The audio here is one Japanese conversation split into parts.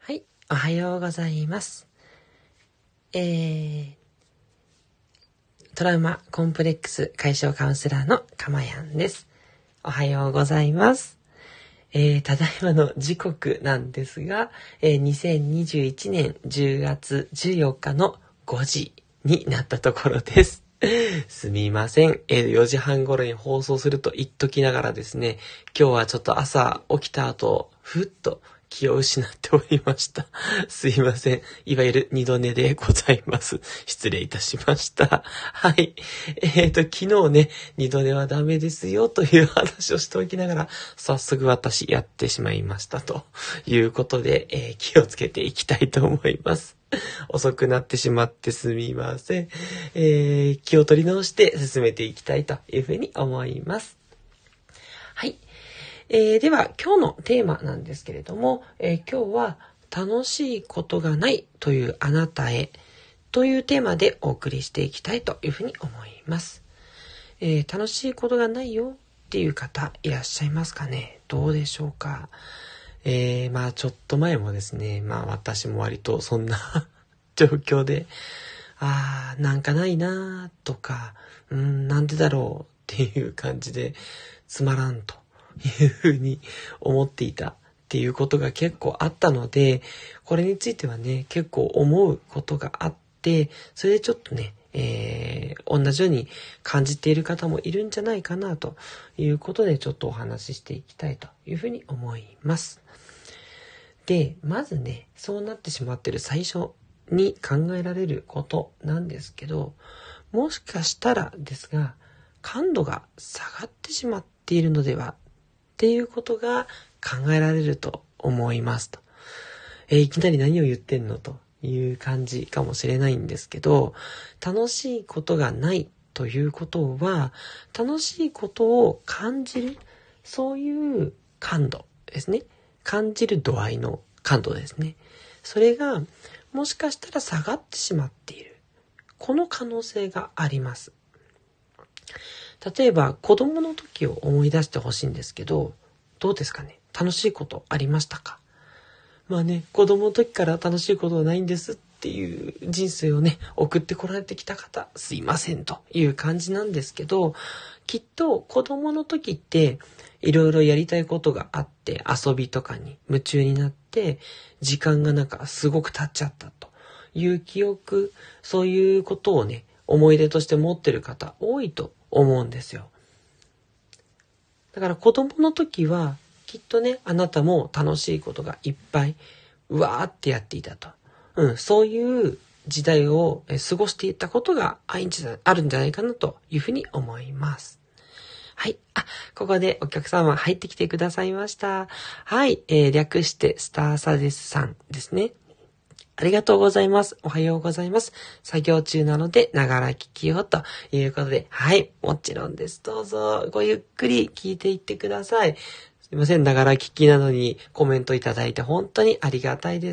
はい、おはようございます。トラウマコンプレックス解消カウンセラーのかまやんです。おはようございます。ただいまの時刻なんですが、2021年10月14日の5時になったところです。すみません。4時半頃に放送すると言っときながらですね、今日はちょっと朝起きた後、ふっと気を失っておりました。すいません。いわゆる二度寝でございます。失礼いたしました。はい。昨日ね、二度寝はダメですよという話をしておきながら、早速私やってしまいましたということで、気をつけていきたいと思います。遅くなってしまってすみません。気を取り直して進めていきたいというふうに思います。はい。では今日のテーマなんですけれども、今日は楽しいことがないというあなたへというテーマでお送りしていきたいというふうに思います。楽しいことがないよっていう方いらっしゃいますかね。どうでしょうか。ちょっと前もですね、私も割とそんな状況で、なんかないなとか、なんでだろうっていう感じでつまらんというふうに思っていたっていうことが結構あったので、これについてはね、結構思うことがあって、それでちょっとね、同じように感じている方もいるんじゃないかなということでちょっとお話ししていきたいというふうに思います。で、まずね、そうなってしまっている最初に考えられることなんですけど、もしかしたらですが、感度が下がってしまっているのではっていうことが考えられると思いますと。いきなり何を言ってんのという感じかもしれないんですけど、楽しいことがないということは、楽しいことを感じる、そういう感度ですね。感じる度合いの感度ですね。それがもしかしたら下がってしまっている。この可能性があります。例えば子供の時を思い出してほしいんですけど、どうですかね。楽しいことありましたか？子供の時から楽しいことはないんですっていう人生をね、送ってこられてきた方、すいませんという感じなんですけど、きっと子供の時っていろいろやりたいことがあって、遊びとかに夢中になって、時間がすごく経っちゃったという記憶、そういうことをね、思い出として持ってる方多いと思うんですよ。だから子供の時はきっとね、あなたも楽しいことがいっぱいうわーってやっていたと。そういう時代を過ごしていたことがあるんじゃないかなというふうに思います。はい。ここでお客様入ってきてくださいました。はい。略してスターサデスさんですね。ありがとうございます。おはようございます。作業中なので、ながら聞きをということで、はい、もちろんです。どうぞ、ごゆっくり聞いていってください。すいません、ながら聞きなのにコメントいただいて本当にありがたいです。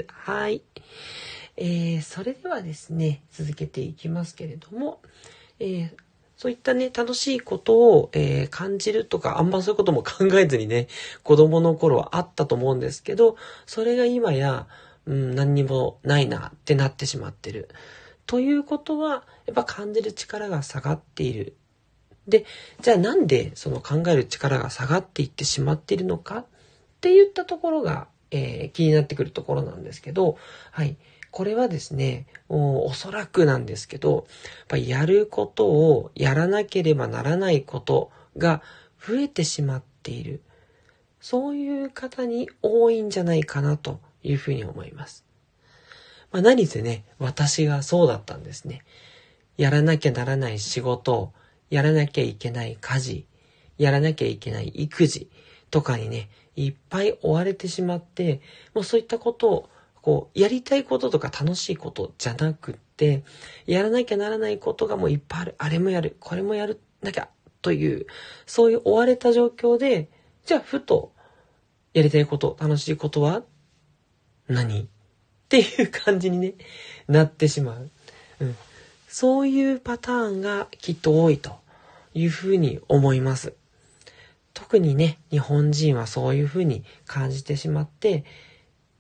はい。それではですね、続けていきますけれども、そういったね、楽しいことを、感じるとか、あんまそういうことも考えずにね、子供の頃はあったと思うんですけど、それが今や、何にもないなってなってしまってる。ということは、やっぱ感じる力が下がっている。で、じゃあなんでその考える力が下がっていってしまっているのかっていったところが、気になってくるところなんですけど、はい。これはですね、おそらくなんですけど、やっぱりやることをやらなければならないことが増えてしまっている。そういう方に多いんじゃないかなというふうに思います。何せね、私がそうだったんですね。やらなきゃならない仕事、やらなきゃいけない家事、やらなきゃいけない育児とかにね、いっぱい追われてしまって、もうそういったことを、やりたいこととか楽しいことじゃなくって、やらなきゃならないことがもういっぱいある。あれもやる、これもやるなきゃという、そういう追われた状況で、じゃあふと、やりたいこと、楽しいことは何っていう感じにね、なってしまう。そういうパターンがきっと多いというふうに思います。特にね、日本人はそういうふうに感じてしまって、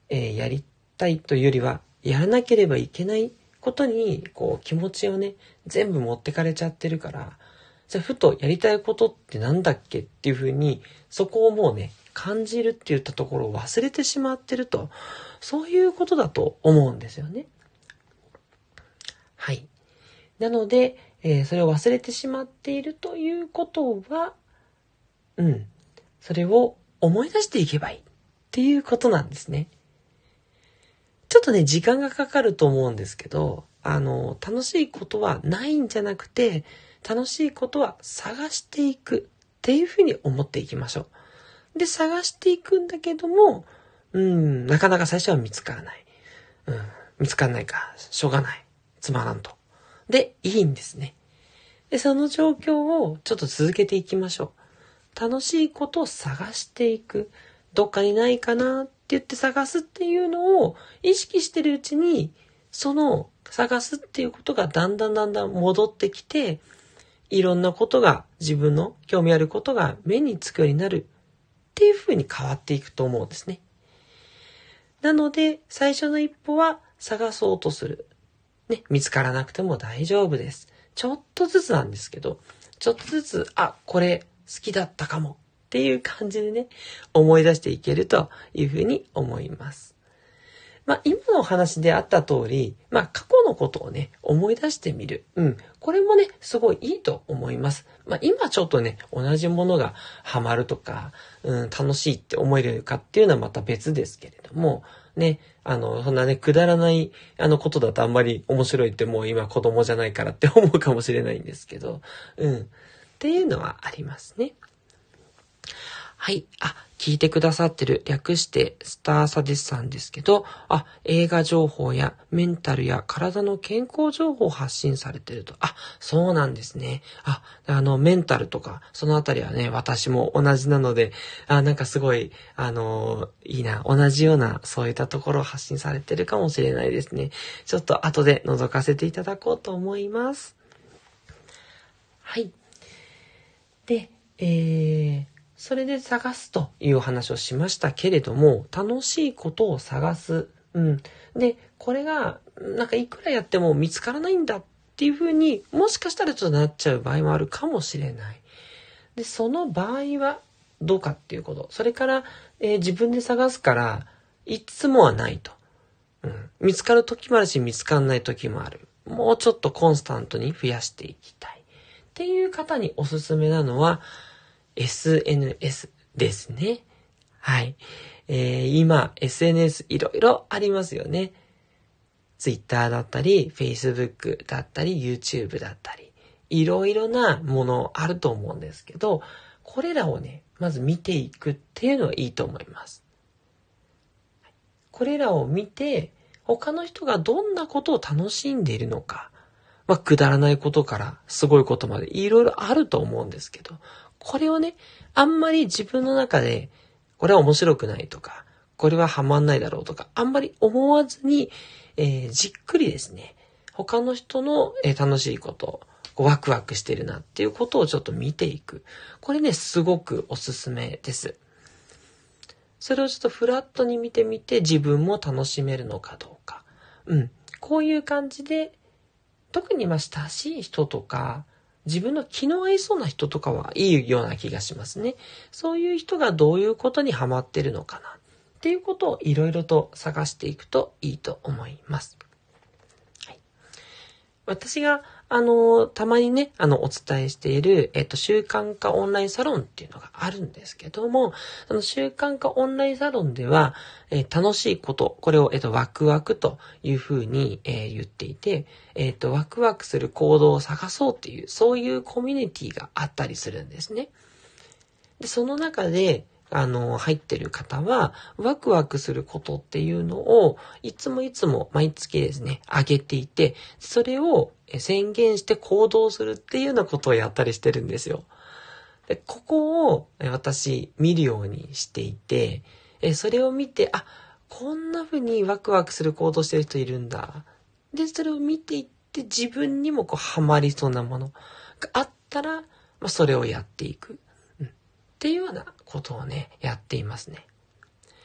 やりたいというよりは、やらなければいけないことに、気持ちをね、全部持ってかれちゃってるから、じゃあふとやりたいことってなんだっけっていうふうに、そこをもうね、感じるって言ったところを忘れてしまってると、そういうことだと思うんですよね。はい。なので、それを忘れてしまっているということは、それを思い出していけばいいっていうことなんですね。ちょっとね、時間がかかると思うんですけど、楽しいことはないんじゃなくて、楽しいことは探していくっていうふうに思っていきましょう。で、探していくんだけども、なかなか最初は見つからない。見つからないか、しょうがない。つまらんと。で、いいんですね。で、その状況をちょっと続けていきましょう。楽しいことを探していく。どっかにないかなって言って探すっていうのを意識してるうちに、その探すっていうことがだんだん戻ってきて、いろんなことが自分の興味あることが目につくようになるっていうふうに変わっていくと思うんですね。なので、最初の一歩は探そうとする。ね、見つからなくても大丈夫です。ちょっとずつなんですけど、ちょっとずつ、これ好きだったかもっていう感じでね、思い出していけるというふうに思います。今のお話であった通り、過去のことをね、思い出してみる。これもね、すごいいいと思います。今ちょっとね、同じものがハマるとか、楽しいって思えるかっていうのはまた別ですけれども、ね、そんなね、くだらない、ことだとあんまり面白いってもう今子供じゃないからって思うかもしれないんですけど、っていうのはありますね。はい。聞いてくださってる、略してスターサデスさんですけど、映画情報やメンタルや体の健康情報を発信されてると。そうなんですね。メンタルとか、そのあたりはね、私も同じなので、なんかすごい、いいな、同じような、そういったところを発信されてるかもしれないですね。ちょっと後で覗かせていただこうと思います。はい。で、それで探すというお話をしましたけれども、楽しいことを探す。で、これが、なんかいくらやっても見つからないんだっていうふうに、もしかしたらちょっとなっちゃう場合もあるかもしれない。で、その場合はどうかっていうこと。それから、自分で探すから、いつもはないと。見つかる時もあるし、見つからない時もある。もうちょっとコンスタントに増やしていきたい。っていう方におすすめなのは、SNS ですね。はい。今、SNS いろいろありますよね。Twitter だったり、Facebook だったり、YouTube だったり、いろいろなものあると思うんですけど、これらをね、まず見ていくっていうのはいいと思います。これらを見て、他の人がどんなことを楽しんでいるのか、くだらないことからすごいことまでいろいろあると思うんですけど、これをね、あんまり自分の中で、これは面白くないとか、これはハマんないだろうとか、あんまり思わずに、じっくりですね、他の人の、楽しいこと、ワクワクしてるなっていうことをちょっと見ていく。これね、すごくおすすめです。それをちょっとフラットに見てみて、自分も楽しめるのかどうか。こういう感じで、特に親しい人とか、自分の気の合いそうな人とかはいいような気がしますね。そういう人がどういうことにハマってるのかなっていうことをいろいろと探していくといいと思います。はい、私が、たまにね、お伝えしている、習慣化オンラインサロンっていうのがあるんですけども、その習慣化オンラインサロンでは、楽しいこと、これを、ワクワクというふうに、言っていて、ワクワクする行動を探そうっていう、そういうコミュニティがあったりするんですね。で、その中で、入ってる方は、ワクワクすることっていうのを、いつも毎月ですね、上げていて、それを宣言して行動するっていうようなことをやったりしてるんですよ。で、ここを私見るようにしていて、それを見て、こんな風にワクワクする行動してる人いるんだ。で、それを見ていって自分にもハマりそうなものがあったら、それをやっていく。っていうようなことをね、やっていますね。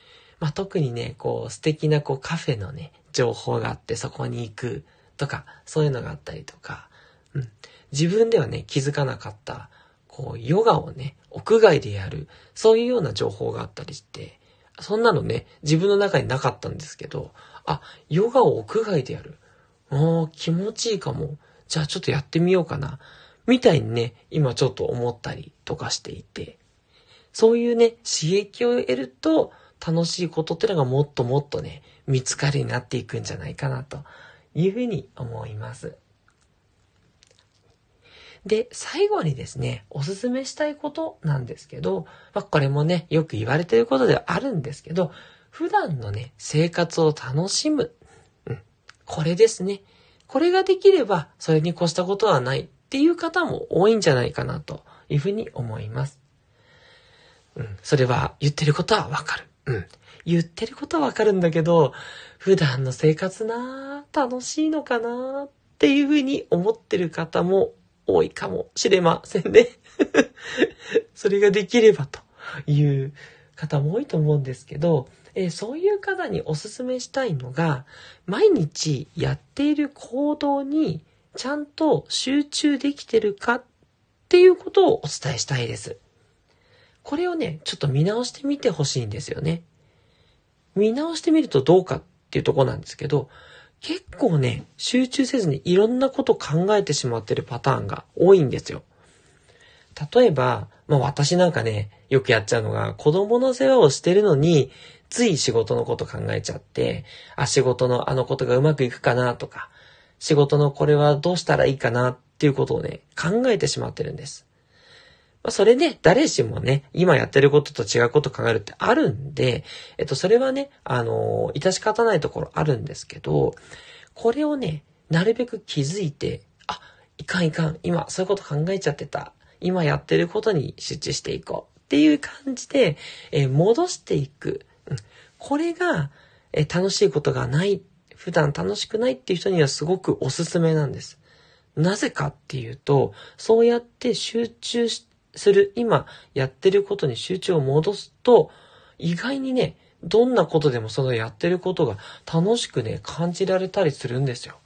特にね、素敵なカフェのね、情報があってそこに行くとか、そういうのがあったりとか、自分ではね、気づかなかった、ヨガをね、屋外でやる、そういうような情報があったりして、そんなのね、自分の中になかったんですけど、ヨガを屋外でやる。気持ちいいかも。じゃあちょっとやってみようかな。みたいにね、今ちょっと思ったりとかしていて、そういうね、刺激を得ると楽しいことってのがもっともっとね、見つかるようになっていくんじゃないかなというふうに思います。で、最後にですね、おすすめしたいことなんですけど、これもね、よく言われていることではあるんですけど、普段のね、生活を楽しむ。これですね。これができれば、それに越したことはないっていう方も多いんじゃないかなというふうに思います。それは言ってることはわかる。言ってることはわかるんだけど、普段の生活楽しいのかなっていうふうに思ってる方も多いかもしれませんね。それができればという方も多いと思うんですけど、そういう方におすすめしたいのが、毎日やっている行動にちゃんと集中できてるかっていうことをお伝えしたいです。これをね、ちょっと見直してみてほしいんですよね。見直してみるとどうかっていうところなんですけど、結構ね、集中せずにいろんなこと考えてしまってるパターンが多いんですよ。例えば、私なんかね、よくやっちゃうのが、子供の世話をしてるのに、つい仕事のこと考えちゃって、仕事のあのことがうまくいくかなとか、仕事のこれはどうしたらいいかなっていうことをね、考えてしまってるんです。それね、誰しもね、今やってることと違うことを考えるってあるんで、それはね、致し方ないところあるんですけど、これをね、なるべく気づいて、いかん、今そういうこと考えちゃってた。今やってることに集中していこうっていう感じで、戻していく。これが、楽しいことがない、普段楽しくないっていう人にはすごくおすすめなんです。なぜかっていうと、そうやって集中する、今やってることに集中を戻すと、意外にね、どんなことでもそのやってることが楽しくね、感じられたりするんですよ。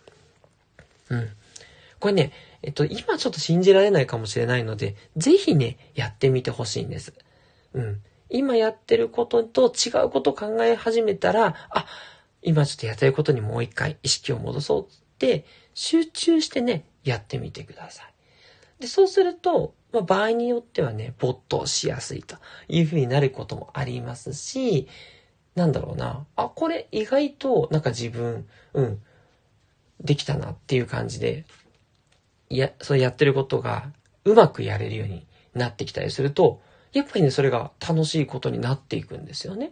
これね、今ちょっと信じられないかもしれないので、ぜひね、やってみてほしいんです。今やってることと違うことを考え始めたら、今ちょっとやってることにもう一回意識を戻そうって集中してね、やってみてください。で、そうすると、場合によってはね、没頭しやすいという風になることもありますし、これ意外と自分、できたなっていう感じで、そうやってることがうまくやれるようになってきたりすると、やっぱりね、それが楽しいことになっていくんですよね。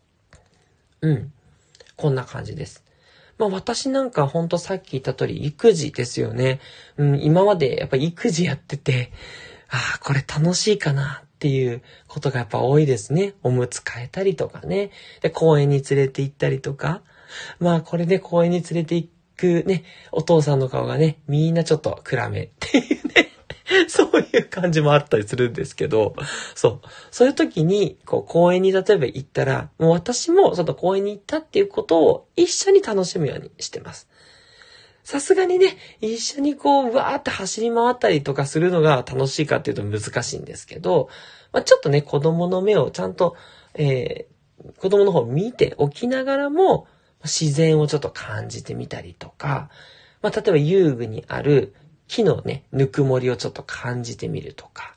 こんな感じです。私なんかほんとさっき言った通り育児ですよね。今までやっぱり育児やってて、これ楽しいかなっていうことがやっぱ多いですね。おむつ替えたりとかね。で、公園に連れて行ったりとか。これで公園に連れて行くね、お父さんの顔がね、みんなちょっと暗めっていうね。そういう感じもあったりするんですけど、そういう時に、公園に例えば行ったら、もう私もその公園に行ったっていうことを一緒に楽しむようにしてます。さすがにね、一緒にうわーって走り回ったりとかするのが楽しいかっていうと難しいんですけど、ちょっとね、子供の目をちゃんと、子供の方を見ておきながらも、自然をちょっと感じてみたりとか、例えば遊具にある木のね、ぬくもりをちょっと感じてみるとか。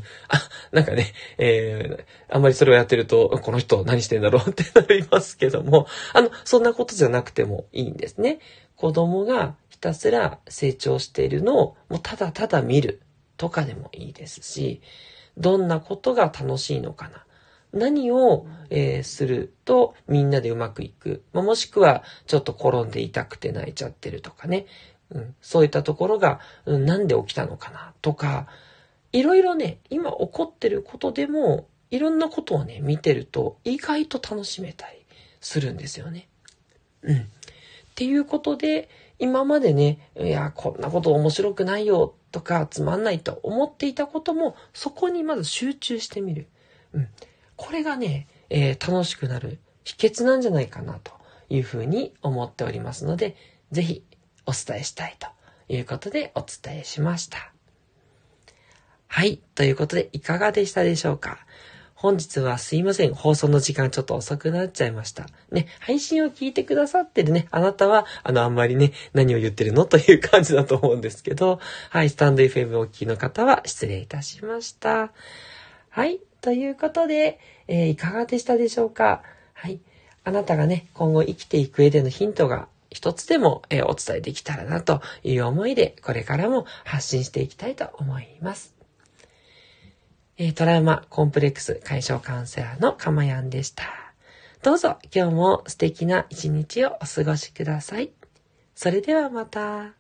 あんまりそれをやってると、この人何してんだろうってなりますけども、そんなことじゃなくてもいいんですね。子供がひたすら成長しているのを、もうただただ見るとかでもいいですし、どんなことが楽しいのかな。何を、するとみんなでうまくいく。もしくはちょっと転んで痛くて泣いちゃってるとかね。そういったところが、なんで起きたのかなとか、いろいろね、今起こってることでも、いろんなことをね、見てると意外と楽しめたりするんですよね。っていうことで、今までね、こんなこと面白くないよとか、つまんないと思っていたことも、そこにまず集中してみる。これがね、楽しくなる秘訣なんじゃないかなというふうに思っておりますので、ぜひお伝えしたいということでお伝えしました。はい。ということでいかがでしたでしょうか。本日はすいません。放送の時間ちょっと遅くなっちゃいました。ね、配信を聞いてくださってるね、あなたは、あんまりね、何を言ってるのという感じだと思うんですけど、はい、スタンド FM をお聞きの方は失礼いたしました。はい。ということで、いかがでしたでしょうか。はい。あなたがね、今後生きていく上でのヒントが一つでも、お伝えできたらなという思いで、これからも発信していきたいと思います。トラウマコンプレックス解消カウンセラーのかまやんでした。どうぞ今日も素敵な一日をお過ごしください。それではまた。